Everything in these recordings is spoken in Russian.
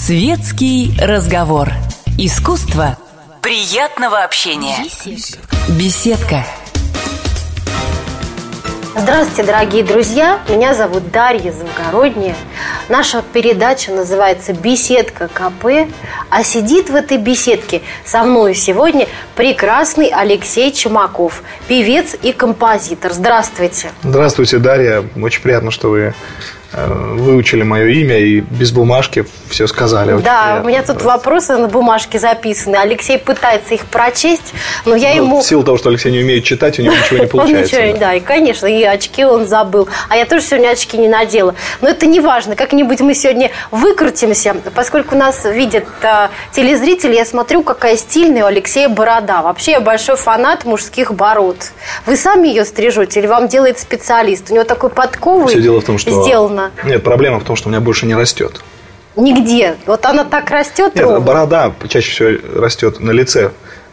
Светский разговор. Искусство приятного общения. Беседка. Здравствуйте, дорогие друзья! Меня зовут Дарья Завгородняя. Наша передача называется «Беседка КП». А сидит в этой беседке со мной сегодня прекрасный Алексей Чумаков, певец и композитор. Здравствуйте! Здравствуйте, Дарья. Очень приятно, что вы выучили мое имя и без бумажки все сказали. Очень да, приятно. У меня тут вопросы на бумажке записаны. Алексей пытается их прочесть, но я ему... В силу того, что Алексей не умеет читать, у него ничего не получается. Да, и, конечно, и очки он забыл. А я тоже сегодня очки не надела. Но это не важно. Как-нибудь мы сегодня выкрутимся. Поскольку нас видят телезрители, я смотрю, какая стильная у Алексея борода. Вообще, я большой фанат мужских бород. Вы сами ее стрижете или вам делает специалист? У него такой подковый все дело в том, что... сделано. Нет, проблема в том, что у меня больше не растет. Нигде. Вот она так растет. Нет, борода чаще всего растет на лице.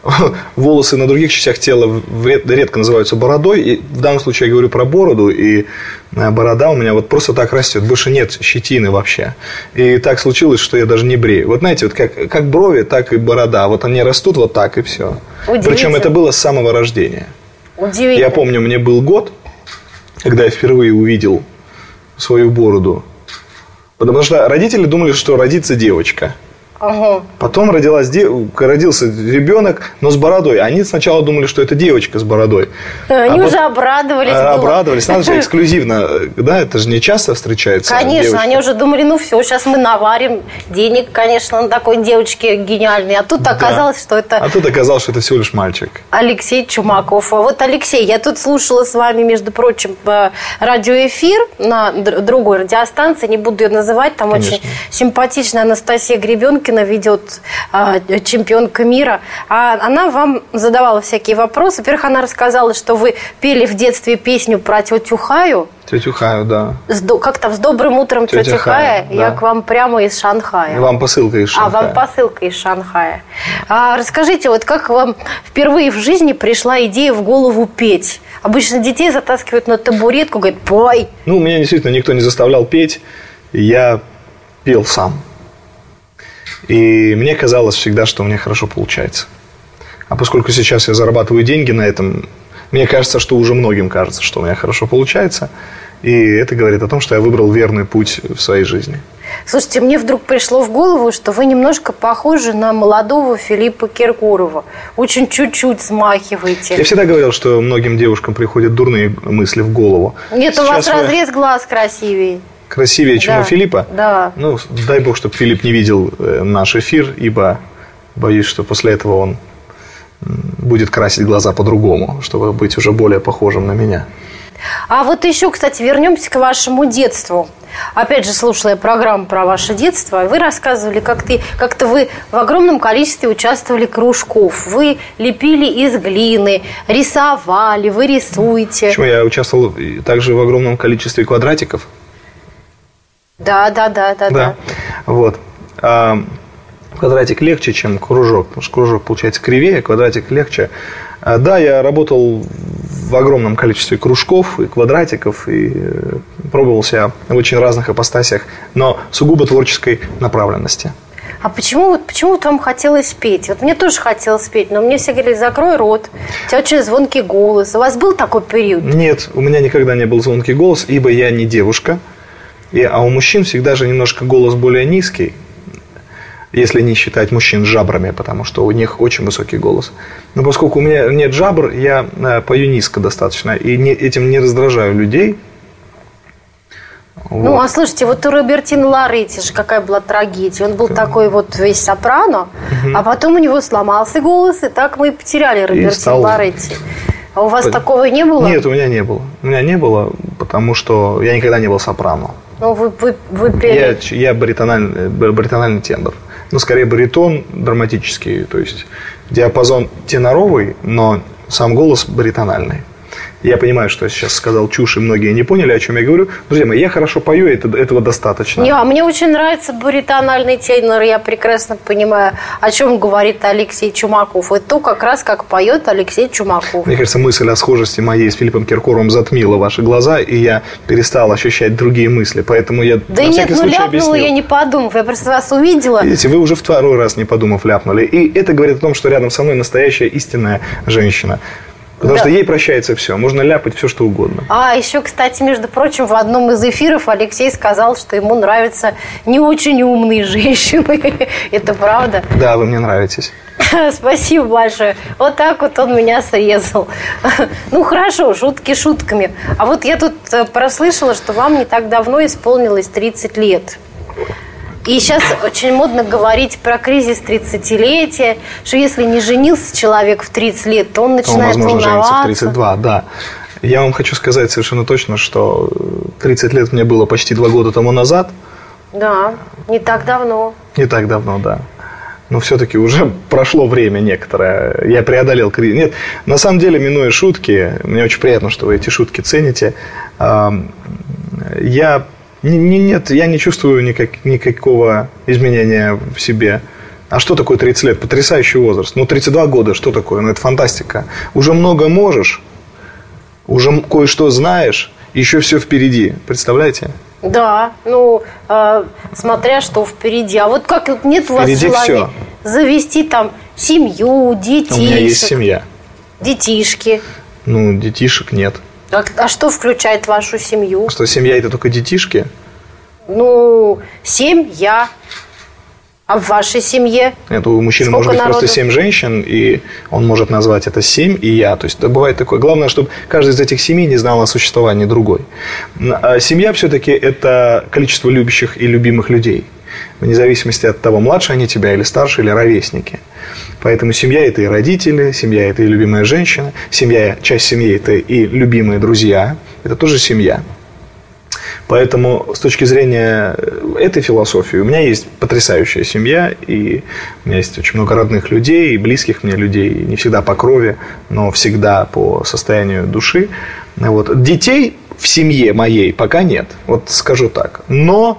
Волосы на других частях тела редко называются бородой. И в данном случае я говорю про бороду. И борода у меня вот просто так растет. Больше нет щетины вообще. И так случилось, что я даже не брею. Вот знаете, вот как брови, так и борода. Вот они растут вот так, и все. Причем это было с самого рождения. Удивительно. Я помню, мне был год, когда я впервые увидел свою бороду. Потому что родители думали, что родится девочка. Ага. Потом родился ребенок, но с бородой. Они сначала думали, что это девочка с бородой. Они уже обрадовались. Обрадовались. Надо же эксклюзивно. Да, это же не часто встречается. Конечно, девочка. они уже думали, ну все, сейчас мы наварим денег, конечно, на такой девочке гениальной. А тут оказалось, что это... А тут оказалось, что это всего лишь мальчик. Алексей Чумаков. А вот, Алексей, я тут слушала с вами, между прочим, радиоэфир на другой радиостанции, не буду ее называть, там Конечно. очень симпатичная Анастасия Гребенкина ведет, чемпионка мира. А она вам задавала всякие вопросы. Во-первых, она рассказала, что вы пели в детстве песню про тетю Хаю. Тетю Хаю, да. Как там, с добрым утром, тетя Хая, да. Я к вам прямо из Шанхая. Вам посылка из Шанхая. Вам посылка из Шанхая. Расскажите, вот как вам впервые в жизни пришла идея в голову петь? Обычно детей затаскивают на табуретку, говорят, пой. Ну, меня действительно никто не заставлял петь. Я пел сам. И мне казалось всегда, что у меня хорошо получается. А поскольку сейчас я зарабатываю деньги на этом, мне кажется, что уже многим кажется, что у меня хорошо получается. И это говорит о том, что я выбрал верный путь в своей жизни. Слушайте, мне вдруг пришло в голову, что вы немножко похожи на молодого Филиппа Киркорова. Очень чуть-чуть смахиваете. Я всегда говорил, что многим девушкам приходят дурные мысли в голову. Нет, сейчас у вас разрез глаз красивее. Красивее, чем у Филиппа? Да. Ну, дай бог, чтобы Филипп не видел наш эфир, ибо боюсь, что после этого он будет красить глаза по-другому, чтобы быть уже более похожим на меня. А вот еще, кстати, вернемся к вашему детству. Опять же, слушала я программу про ваше детство, вы рассказывали, как-то вы в огромном количестве участвовали кружков. Вы лепили из глины, рисовали, вы рисуете. Почему? Я участвовал также в огромном количестве квадратиков. Да. Вот. Квадратик легче, чем кружок, потому что кружок получается кривее, квадратик легче. Да, я работал в огромном количестве кружков и квадратиков, и пробовал себя в очень разных ипостасях, но сугубо творческой направленности. А почему вам хотелось петь? Вот мне тоже хотелось петь, но мне все говорили, закрой рот, у тебя очень звонкий голос. У вас был такой период? Нет, у меня никогда не был звонкий голос, ибо я не девушка. А у мужчин всегда же немножко голос более низкий, если не считать мужчин жабрами, потому что у них очень высокий голос. Но поскольку у меня нет жабр, я пою низко достаточно, и этим не раздражаю людей. Ну, а слушайте, вот у Робертино Лоретти же какая была трагедия. Он был такой вот весь сопрано, а потом у него сломался голос, и так мы и потеряли Робертино Лоретти. А у вас такого не было? Нет, у меня не было. У меня не было, потому что я никогда не был сопрано. Ну, вы пели... Я баритональный тембр. Ну, скорее баритон драматический, то есть диапазон теноровый, но сам голос баритональный. Я понимаю, что я сейчас сказал чушь, и многие не поняли, о чем я говорю. Друзья мои, я хорошо пою, этого достаточно. Мне очень нравится баритональный тенор. Я прекрасно понимаю, о чем говорит Алексей Чумаков. И то, как раз как поет Алексей Чумаков. Мне кажется, мысль о схожести моей с Филиппом Киркоровым затмила ваши глаза, и я перестал ощущать другие мысли. Поэтому я да на всякий случай объяснил. Я не подумав. Я просто вас увидела. Видите, вы уже второй раз, не подумав, ляпнули. И это говорит о том, что рядом со мной настоящая истинная женщина. Потому что ей прощается все. Можно ляпать все, что угодно. А еще, кстати, между прочим, в одном из эфиров Алексей сказал, что ему нравятся не очень умные женщины. Это правда? Да, вы мне нравитесь. Спасибо большое. Вот так вот он меня срезал. Ну, хорошо, шутки шутками. А вот я тут прослышала, что вам не так давно исполнилось 30 лет. И сейчас очень модно говорить про кризис 30-летия, что если не женился человек в 30 лет, то он начинает волноваться. Он, возможно, женится в 32, да. Я вам хочу сказать совершенно точно, что 30 лет мне было почти 2 года тому назад. Да, не так давно. Не так давно, да. Но все-таки уже прошло время некоторое. Я преодолел кризис. Нет, на самом деле, минуя шутки, мне очень приятно, что вы эти шутки цените. Нет, я не чувствую никакого изменения в себе. А что такое 30 лет? Потрясающий возраст. 32 года, что такое? Это фантастика. Уже много можешь, уже кое-что знаешь, еще все впереди. Представляете? Да, смотря что впереди. А вот как нет у вас желания завести там семью, детишек? У меня есть семья. Детишки? Детишек нет. А что включает вашу семью? Что, семья – это только детишки? Семья. А в вашей семье? Нет, у мужчины сколько может быть народу? просто 7 женщин, и он может назвать это 7 и я. То есть, это бывает такое. Главное, чтобы каждый из этих семей не знал о существовании другой. А семья все-таки – это количество любящих и любимых людей. Вне зависимости от того, младше они тебя или старше, или ровесники. Поэтому семья – это и родители, семья – это и любимая женщина, часть семьи – это и любимые друзья, это тоже семья. Поэтому с точки зрения этой философии у меня есть потрясающая семья, и у меня есть очень много родных людей, и близких мне людей, не всегда по крови, но всегда по состоянию души. Детей в семье моей пока нет, скажу так. Но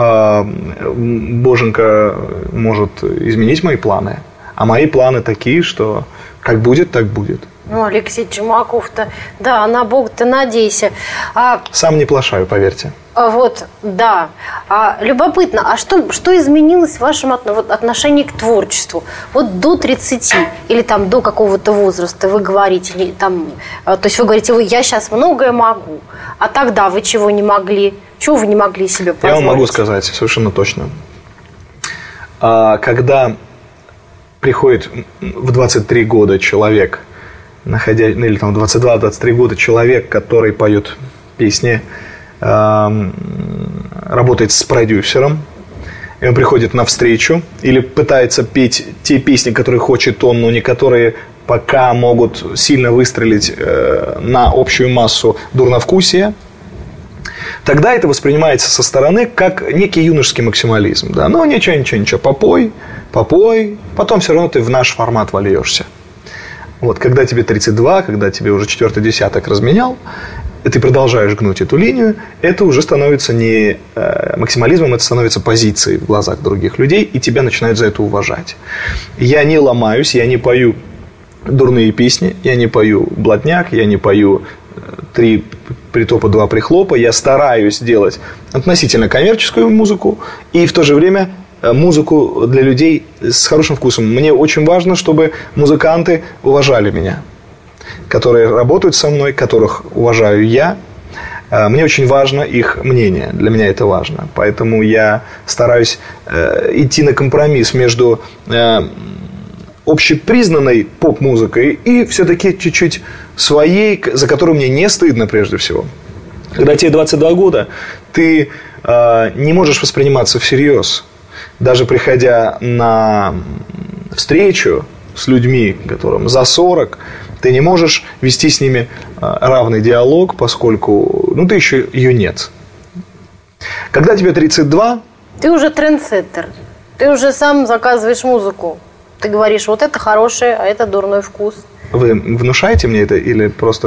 Боженька может изменить мои планы. А мои планы такие, что как будет, так будет. Алексей Чумаков-то, да, на Бога-то надейся. Сам не плашаю, поверьте. Да. Любопытно, а что изменилось в вашем отношении к творчеству? До 30 или до какого-то возраста вы говорите, то есть вы говорите, я сейчас многое могу, а тогда вы чего не могли? Чего вы не могли себе позволить? Я вам могу сказать совершенно точно. Когда приходит в 23 года человек, или в 22-23 года человек, который поет песни, работает с продюсером, и он приходит навстречу или пытается петь те песни, которые хочет он, но не которые пока могут сильно выстрелить на общую массу дурновкусия, тогда это воспринимается со стороны как некий юношеский максимализм. Да? Ничего, попой, потом все равно ты в наш формат вольешься. Когда тебе 32, когда тебе уже 4-й десяток разменял, и ты продолжаешь гнуть эту линию, это уже становится не максимализмом, это становится позицией в глазах других людей, и тебя начинают за это уважать. Я не ломаюсь, я не пою дурные песни, я не пою блатняк, я не пою 3 притопа, 2 прихлопа, я стараюсь делать относительно коммерческую музыку и в то же время музыку для людей с хорошим вкусом. Мне очень важно, чтобы музыканты уважали меня, которые работают со мной, которых уважаю я. Мне очень важно их мнение. Для меня это важно. Поэтому я стараюсь идти на компромисс между общепризнанной поп-музыкой и все-таки чуть-чуть своей, за которую мне не стыдно прежде всего. Когда тебе 22 года, ты не можешь восприниматься всерьез. Даже приходя на встречу с людьми, которым за 40, ты не можешь вести с ними равный диалог, поскольку ты еще юнец. Когда тебе 32... Ты уже трендсеттер. Ты уже сам заказываешь музыку. Ты говоришь, это хорошее, а это дурной вкус. Вы внушаете мне это или просто...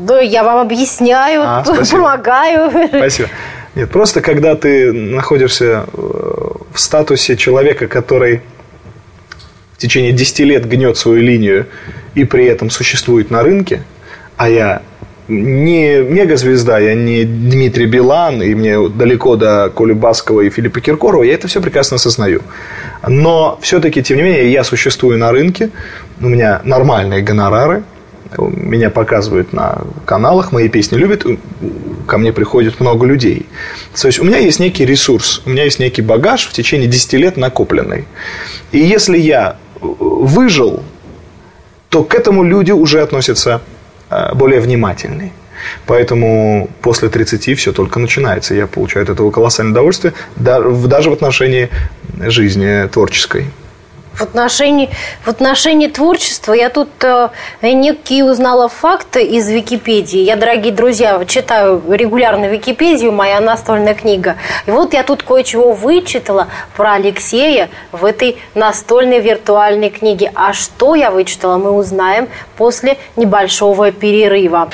Да, я вам объясняю, помогаю. Спасибо. Нет, просто когда ты находишься в статусе человека, который в течение 10 лет гнет свою линию и при этом существует на рынке, а я не мегазвезда, я не Дмитрий Билан, и мне далеко до Коли Баскова и Филиппа Киркорова, я это все прекрасно осознаю. Но все-таки, тем не менее, я существую на рынке, у меня нормальные гонорары, меня показывают на каналах, мои песни любят, ко мне приходит много людей. То есть у меня есть некий ресурс, у меня есть некий багаж в течение 10 лет накопленный. И если я выжил, то к этому люди уже относятся более внимательней. Поэтому после 30 все только начинается. Я получаю от этого колоссальное удовольствие, даже в отношении жизни творческой. В отношении творчества я тут некие узнала факты из Википедии. Я, дорогие друзья, читаю регулярно Википедию, моя настольная книга. И вот я тут кое-чего вычитала про Алексея в этой настольной виртуальной книге. А что я вычитала, мы узнаем после небольшого перерыва.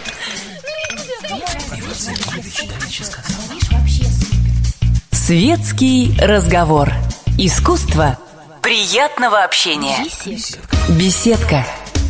Светский разговор. Искусство приятного общения. Беседка.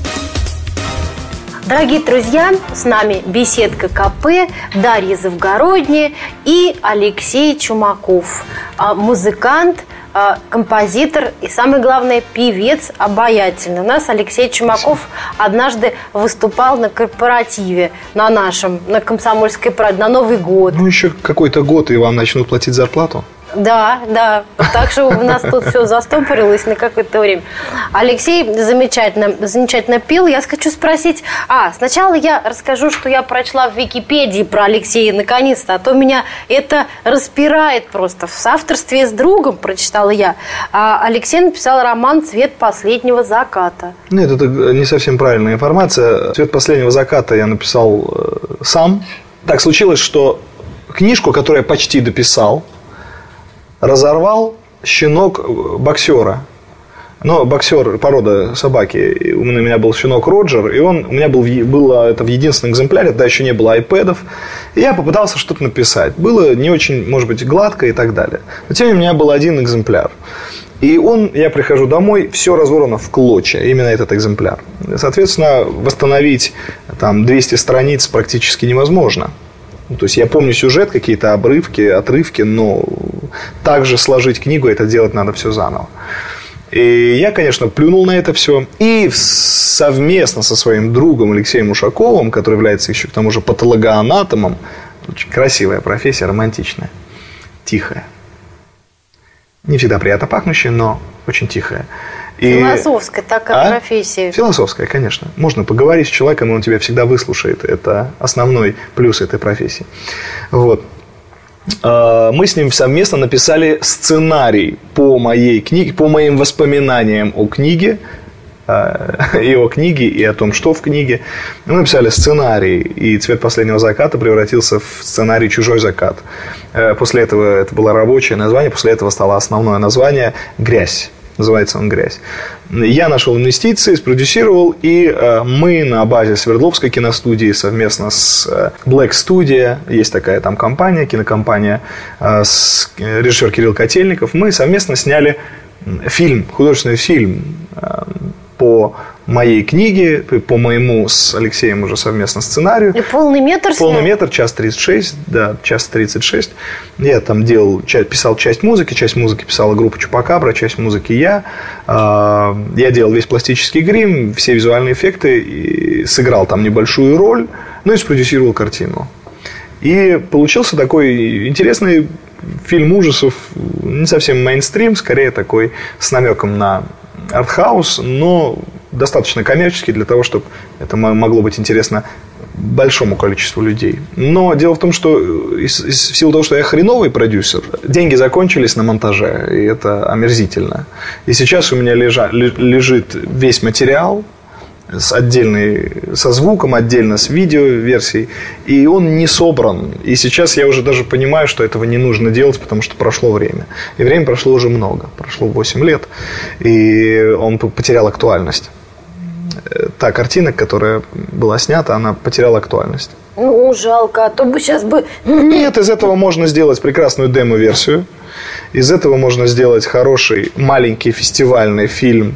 Дорогие друзья, с нами Беседка КП, Дарья Завгородняя и Алексей Чумаков. Музыкант, композитор и, самое главное, певец обаятельный. У нас Алексей Чумаков однажды выступал на корпоративе на нашем, на Комсомольской правде, на Новый год. Ну, еще какой-то год, и вам начнут платить зарплату. Да. Так что у нас тут все застопорилось на какое-то время. Алексей замечательно пел. Я хочу спросить... сначала я расскажу, что я прочла в Википедии про Алексея наконец-то. А то меня это распирает просто. В соавторстве с другом прочитала я. Алексей написал роман «Цвет последнего заката». Нет, это не совсем правильная информация. «Цвет последнего заката» я написал сам. Так случилось, что книжку, которую я почти дописал, разорвал щенок боксера. Но боксер, порода собаки. У меня был щенок Роджер, и у меня было это в единственном экземпляре, тогда еще не было айпэдов. И я попытался что-то написать. Было не очень, может быть, гладко и так далее. Но тем не менее, у меня был один экземпляр. И я прихожу домой, все разорвано в клочья, именно этот экземпляр. Соответственно, восстановить там 200 страниц практически невозможно. То есть я помню сюжет, какие-то отрывки, но также сложить книгу, это делать надо все заново. И я, конечно, плюнул на это все. И совместно со своим другом Алексеем Ушаковым, который является еще к тому же патологоанатомом, очень красивая профессия, романтичная, тихая. Не всегда приятно пахнущая, но очень тихая. Философская такая профессия. Философская, конечно. Можно поговорить с человеком, и он тебя всегда выслушает. Это основной плюс этой профессии. Вот. Мы с ним совместно написали сценарий по моей книге, по моим воспоминаниям о книге, и о книге, и о том, что в книге. Мы написали сценарий, и «Цвет последнего заката» превратился в сценарий «Чужой закат». После этого это было рабочее название, после этого стало основное название «Грязь». Называется он «Грязь». Я нашел инвестиции, спродюсировал, и мы на базе Свердловской киностудии совместно с Black Studio, есть такая там компания, кинокомпания, режиссер Кирилл Котельников, мы совместно сняли художественный фильм по моей книге, по моему с Алексеем уже совместно сценарию. И полный метр снял? Полный метр, час 36, да, час 36. Я там писал часть музыки писала группа Чупакабра, часть музыки я. Я делал весь пластический грим, все визуальные эффекты, и сыграл там небольшую роль, и спродюсировал картину. И получился такой интересный фильм ужасов, не совсем мейнстрим, скорее такой с намеком на артхаус, но достаточно коммерческий для того, чтобы это могло быть интересно большому количеству людей. Но дело в том, что в силу того, что я хреновый продюсер, деньги закончились на монтаже, и это омерзительно. И сейчас у меня лежит весь материал со звуком, отдельно с видеоверсией, и он не собран. И сейчас я уже даже понимаю, что этого не нужно делать, потому что прошло время. И время прошло уже много. Прошло 8 лет, и он потерял актуальность. та картина, которая была снята, она потеряла актуальность. Ну, жалко, а то бы сейчас бы... Нет, из этого можно сделать прекрасную демо-версию. Из этого можно сделать хороший маленький фестивальный фильм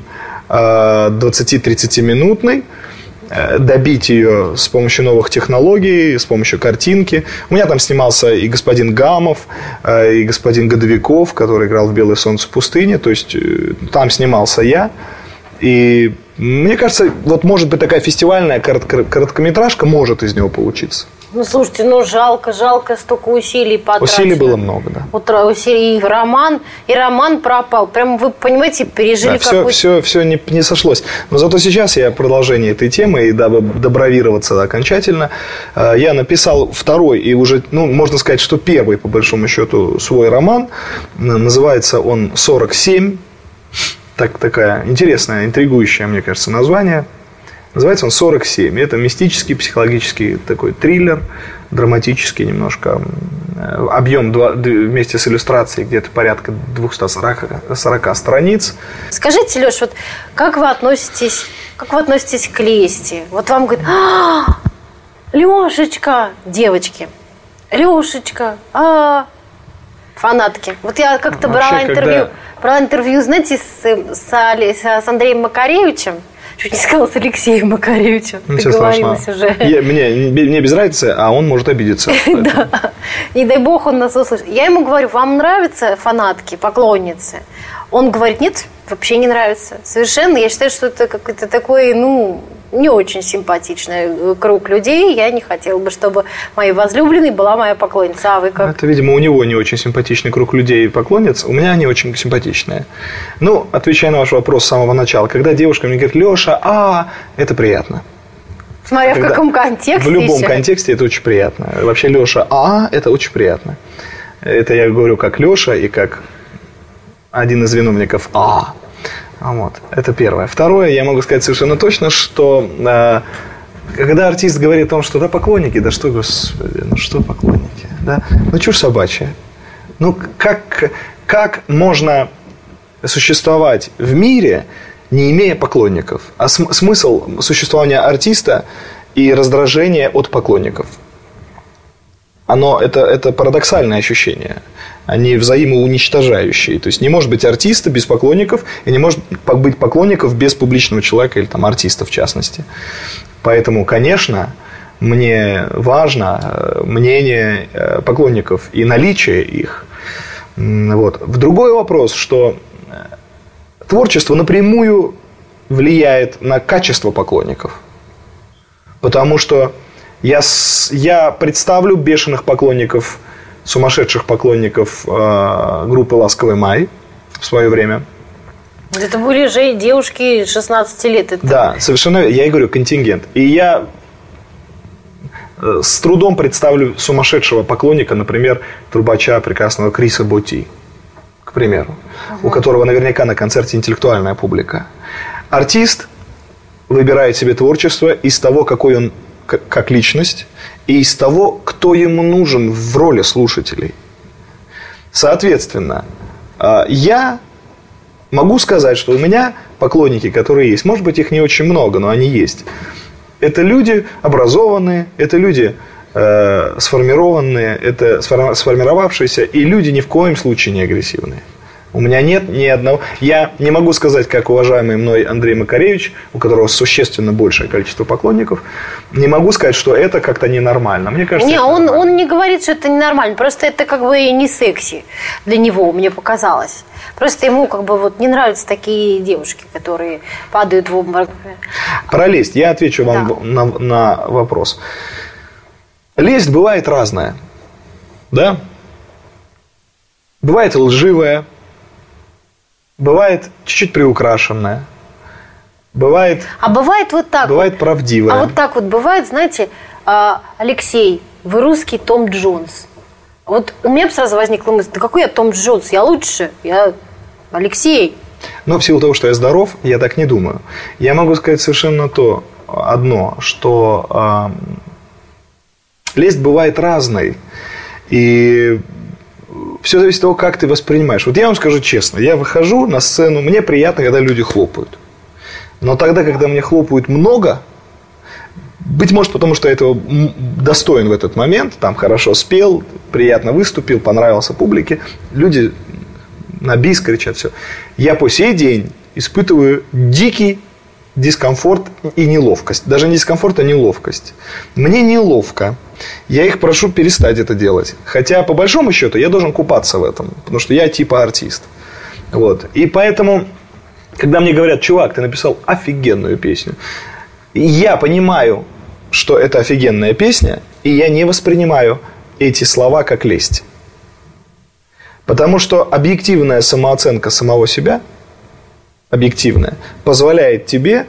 20-30-минутный, добить ее с помощью новых технологий, с помощью картинки. У меня там снимался и господин Гамов, и господин Годовиков, который играл в «Белое солнце пустыни». То есть там снимался я. И мне кажется, вот может быть такая фестивальная короткометражка может из него получиться. Ну, слушайте, жалко, столько усилий потрачено. Усилий было много, да. Вот усилий, и роман пропал. Прям, вы понимаете, пережили какой-то... Все не сошлось. Но зато сейчас я продолжение этой темы, и дабы добровироваться окончательно, я написал второй и уже, можно сказать, что первый, по большому счету, свой роман. Называется он «47». Такая интересная, интригующее, мне кажется, название. Называется он «47». Это мистический, психологический такой триллер, драматический немножко. Объем вместе с иллюстрацией где-то порядка 240 страниц. Скажите, Леш, вот как вы относитесь к лести? Вот вам говорят: Лешечка, девочки, Лешечка, фанатки. Вот я как-то брала интервью, знаете, с Андреем Макаревичем. Чуть не сказала, с Алексеем Макаревичем. Договорилась уже. Мне без разницы, а он может обидеться. Да. Не дай бог он нас услышит. Я ему говорю: вам нравятся фанатки, поклонницы? Он говорит: нет, вообще не нравится. Совершенно. Я считаю, что это какой-то такой, не очень симпатичный круг людей. Я не хотела бы, чтобы моей возлюбленной была моя поклонница. А вы как? Это, видимо, у него не очень симпатичный круг людей и поклонниц. У меня они очень симпатичные. Отвечая на ваш вопрос с самого начала. Когда девушка мне говорит: Леша, это приятно. Смотря в каком контексте. В любом контексте это очень приятно. Вообще, Леша, это очень приятно. Это я говорю как Леша и как один из виновников Вот. Это первое. Второе, я могу сказать совершенно точно, что когда артист говорит о том, что поклонники, что, господи, что поклонники, чушь собачья. Как можно существовать в мире, не имея поклонников? А смысл существования артиста и раздражение от поклонников? Это парадоксальное ощущение. Они взаимоуничтожающие. То есть не может быть артиста без поклонников, и не может быть поклонников без публичного человека или артиста в частности. Поэтому, конечно, мне важно мнение поклонников и наличие их. Вот. Другой вопрос, что творчество напрямую влияет на качество поклонников. Потому что я представлю бешеных поклонников, сумасшедших поклонников группы «Ласковый май» в свое время. Это были же девушки 16 лет. Да, совершенно. Я и говорю, контингент. И я с трудом представлю сумасшедшего поклонника, например, трубача прекрасного Криса Ботти, к примеру, у которого наверняка на концерте интеллектуальная публика. Артист выбирает себе творчество из того, какой он как личность, и из того, кто ему нужен в роли слушателей. Соответственно, я могу сказать, что у меня поклонники, которые есть, может быть, их не очень много, но они есть. Это люди образованные, это люди сформированные, это сформировавшиеся, и люди ни в коем случае не агрессивные. У меня нет ни одного... Я не могу сказать, как уважаемый мной Андрей Макаревич, у которого существенно большее количество поклонников, не могу сказать, что это как-то ненормально. Мне кажется, он не говорит, что это ненормально. Просто это не секси для него, мне показалось. Просто ему не нравятся такие девушки, которые падают в обморок. Про лесть. Я отвечу вам на вопрос. Лесть бывает разная. Да? Бывает лживая. Бывает чуть-чуть приукрашенная. Бывает... А бывает вот так. Бывает правдивая. А вот так бывает, знаете, Алексей, вы русский Том Джонс. Вот у меня сразу возникла мысль: да какой я Том Джонс? Я лучше, я Алексей. Но в силу того, что я здоров, я так не думаю. Я могу сказать совершенно одно, что лесть бывает разной. И все зависит от того, как ты воспринимаешь. Вот я вам скажу честно, я выхожу на сцену, мне приятно, когда люди хлопают. Но тогда, когда мне хлопают много, быть может, потому что я этого достоин в этот момент, там хорошо спел, приятно выступил, понравился публике, люди на бис кричат, все. Я по сей день испытываю дикий дискомфорт и неловкость. Даже не дискомфорт, а неловкость. Мне неловко. Я их прошу перестать это делать. Хотя, по большому счету, я должен купаться в этом. Потому что я типа артист. Вот. И поэтому, когда мне говорят: чувак, ты написал офигенную песню, я понимаю, что это офигенная песня, и я не воспринимаю эти слова как лесть. Потому что объективная самооценка самого себя, объективная, позволяет тебе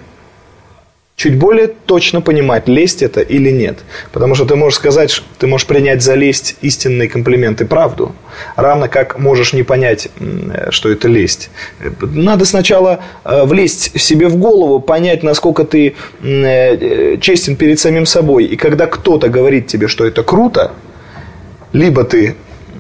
чуть более точно понимать, лесть это или нет. Потому что ты можешь сказать, ты можешь принять за лесть истинный комплимент и правду, равно как можешь не понять, что это лесть. Надо сначала влезть себе в голову, понять, насколько ты честен перед самим собой. И когда кто-то говорит тебе, что это круто, либо ты,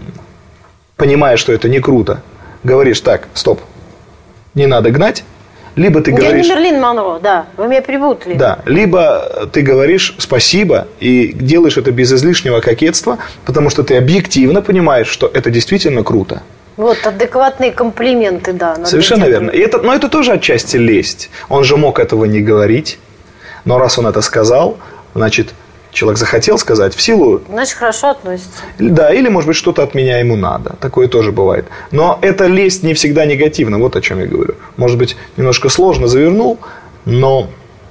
понимая, что это не круто, говоришь: так, стоп, не надо гнать. Либо ты говоришь... Я не Мерлин Монро, да, вы меня перепутали. Да, либо ты говоришь спасибо и делаешь это без излишнего кокетства, потому что ты объективно понимаешь, что это действительно круто. Вот, адекватные комплименты, да. Совершенно верно. Но это тоже отчасти лесть. Он же мог этого не говорить, но раз он это сказал, значит, человек захотел сказать в силу... Значит, хорошо относится. Да, или, может быть, что-то от меня ему надо. Такое тоже бывает. Но эта лесть не всегда негативна. Вот о чем я говорю. Может быть, немножко сложно завернул, но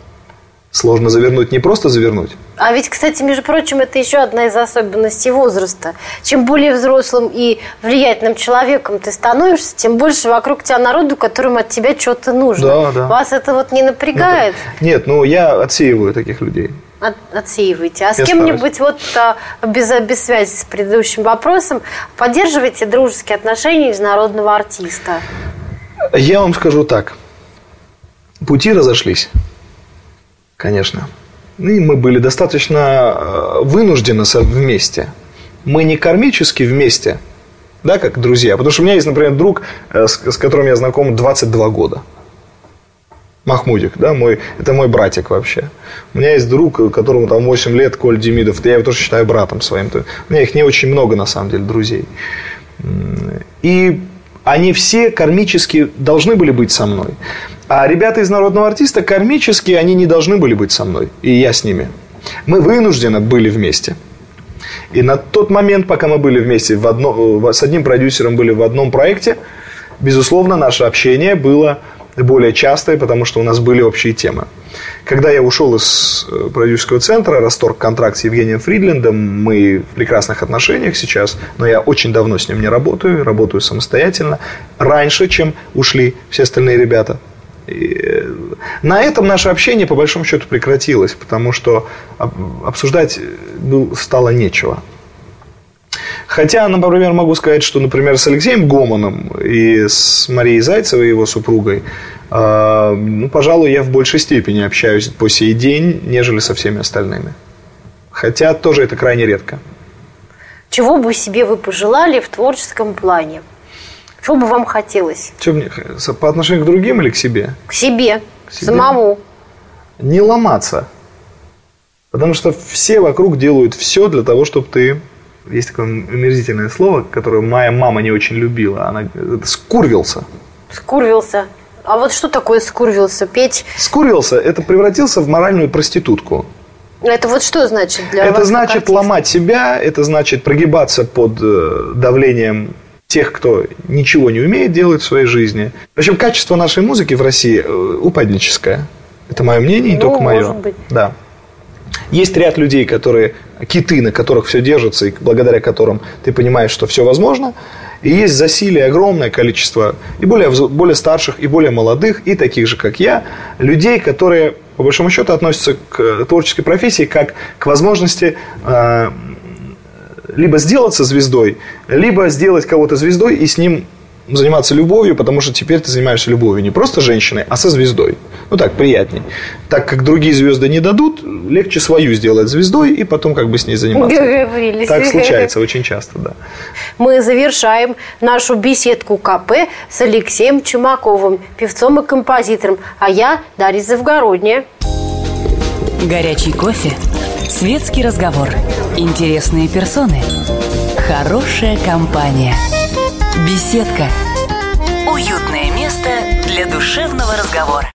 сложно завернуть не просто завернуть. А ведь, кстати, между прочим, это еще одна из особенностей возраста. Чем более взрослым и влиятельным человеком ты становишься, тем больше вокруг тебя народу, которым от тебя что-то нужно. Да, да. Вас это вот не напрягает? Нет, я отсеиваю таких людей. Отсеиваете. А с кем-нибудь вот без связи с предыдущим вопросом поддерживаете дружеские отношения из народного артиста? Я вам скажу так. Пути разошлись. Конечно. И мы были достаточно вынуждены вместе. Мы не кармически вместе, да, как друзья. Потому что у меня есть, например, друг, с которым я знаком 22 года. Махмудик, да, это мой братик вообще. У меня есть друг, которому там 8 лет, Коль Демидов. Я его тоже считаю братом своим. У меня их не очень много, на самом деле, друзей. И они все кармически должны были быть со мной. А ребята из народного артиста кармически они не должны были быть со мной. И я с ними. Мы вынуждены были вместе. И на тот момент, пока мы были вместе с одним продюсером были в одном проекте, безусловно, наше общение было более частое, потому что у нас были общие темы. Когда я ушел из продюсерского центра, расторг контракт с Евгением Фридлендом, мы в прекрасных отношениях сейчас, но я очень давно с ним не работаю самостоятельно, раньше, чем ушли все остальные ребята. И на этом наше общение, по большому счету, прекратилось, потому что обсуждать стало нечего. Хотя, например, могу сказать, что, например, с Алексеем Гомоном и с Марией Зайцевой, его супругой, пожалуй, я в большей степени общаюсь по сей день, нежели со всеми остальными. Хотя тоже это крайне редко. Чего бы себе вы пожелали в творческом плане? Чего бы вам хотелось? Что мне, по отношению к другим или к себе? К себе, самому. Не ломаться. Потому что все вокруг делают все для того, чтобы ты... Есть такое омерзительное слово, которое моя мама не очень любила. Она говорит: скурвился. Скурвился. А вот что такое скурвился? Петь? Скурвился – это превратился в моральную проститутку. Это вот что значит для вас? Это значит ломать себя, это значит прогибаться под давлением тех, кто ничего не умеет делать в своей жизни. Причем качество нашей музыки в России упадническое. Это мое мнение, не только мое. Может быть. Да. Есть ряд людей, киты, на которых все держится, и благодаря которым ты понимаешь, что все возможно. И есть засилие огромное количество и более старших, и более молодых, и таких же, как я, людей, которые, по большому счету, относятся к творческой профессии как к возможности либо сделаться звездой, либо сделать кого-то звездой и с ним заниматься любовью, потому что теперь ты занимаешься любовью не просто женщиной, а со звездой. Ну так, приятней. Так как другие звезды не дадут, легче свою сделать звездой и потом как бы с ней заниматься. Так случается очень часто, да. Мы завершаем нашу беседку КП с Алексеем Чумаковым, певцом и композитором. А я Дарья Завгородняя. Горячий кофе, светский разговор, интересные персоны, хорошая компания. Беседка. Уютное место для душевного разговора.